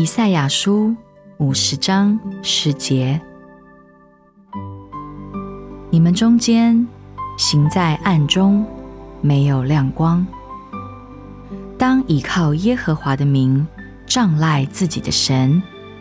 以赛亚书50章10节，你们中间行在暗中，没有亮光，当倚靠耶和华的名，仗赖自己的神。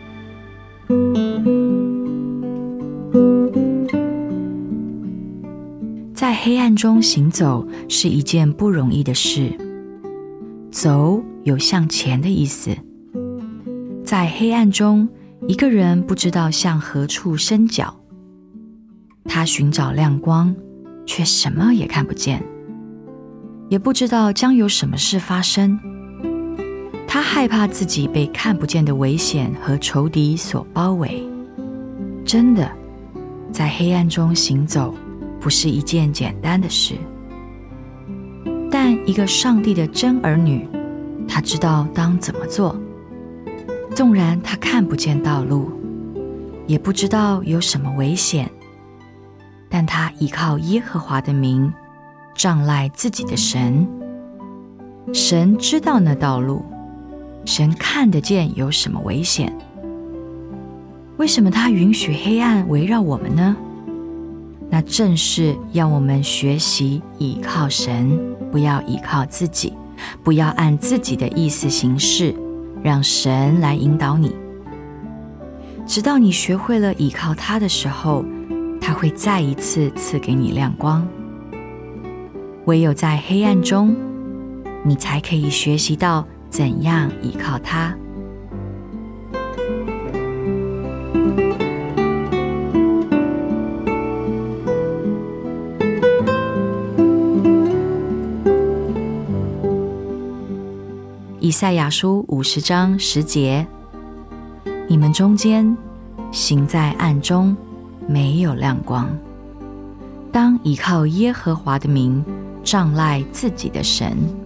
在黑暗中行走是一件不容易的事，走有向前的意思。在黑暗中，一个人不知道向何处伸脚，他寻找亮光，却什么也看不见，也不知道将有什么事发生。他害怕自己被看不见的危险和仇敌所包围。真的，在黑暗中行走不是一件简单的事，但一个上帝的真儿女，他知道当怎么做。纵然他看不见道路，也不知道有什么危险，但他依靠耶和华的名，仗赖自己的神。神知道那道路，神看得见有什么危险。为什么他允许黑暗围绕我们呢？那正是要我们学习倚靠神，不要倚靠自己，不要按自己的意思行事，让神来引导你。直到你学会了倚靠他的时候，他会再一次赐给你亮光。唯有在黑暗中，你才可以学习到怎样倚靠他。以赛亚书50章10节，你们中间行在暗中，没有亮光，当倚靠耶和华的名，仗赖自己的神。